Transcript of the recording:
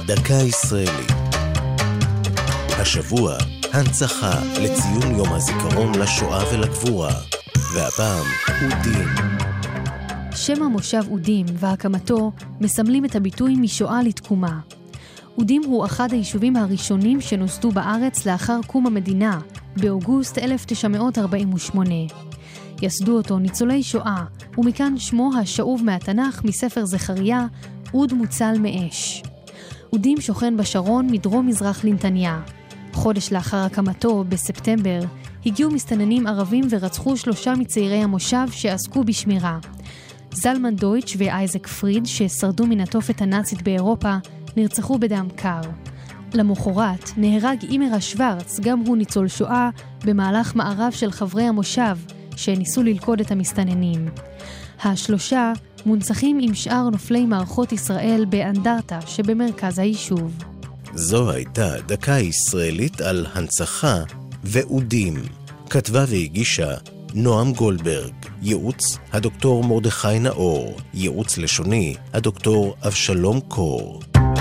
דקה ישראלית. השבוע, הנצחה לציון יום הזיכרון לשואה ולגבורה. והפעם, אודים. שם המושב אודים והקמתו מסמלים את הביטוי משואה לתקומה. אודים הוא אחד היישובים הראשונים שנוסדו בארץ לאחר קום המדינה, באוגוסט 1948. יסדו אותו ניצולי שואה, ומכאן שמו השאוב מהתנ"ך מספר זכריה, אוד מוצל מאש. אודים שוכן בשרון מדרום מזרח לנתניה. חודש לאחר הקמתו, בספטמבר, הגיעו מסתננים ערבים ורצחו 3 מצעירי המושב שעסקו בשמירה. זלמן דויטש ואייזק פריד, ששרדו מן התופת הנאצית באירופה, נרצחו בדם קר. למחרת נהרג אימרה שוורץ, גם הוא ניצול שואה, במהלך מערב של חברי המושב, שניסו ללכוד את המסתננים. השלושה מונצחים עם שאר נופלי מערכות ישראל באנדרטה שבמרכז היישוב. זו הייתה דקה ישראלית על הנצחה ואודים. כתבה והגישה נועם גולדברג. ייעוץ הדוקטור מרדכי נאור. ייעוץ לשוני הדוקטור אבשלום קור.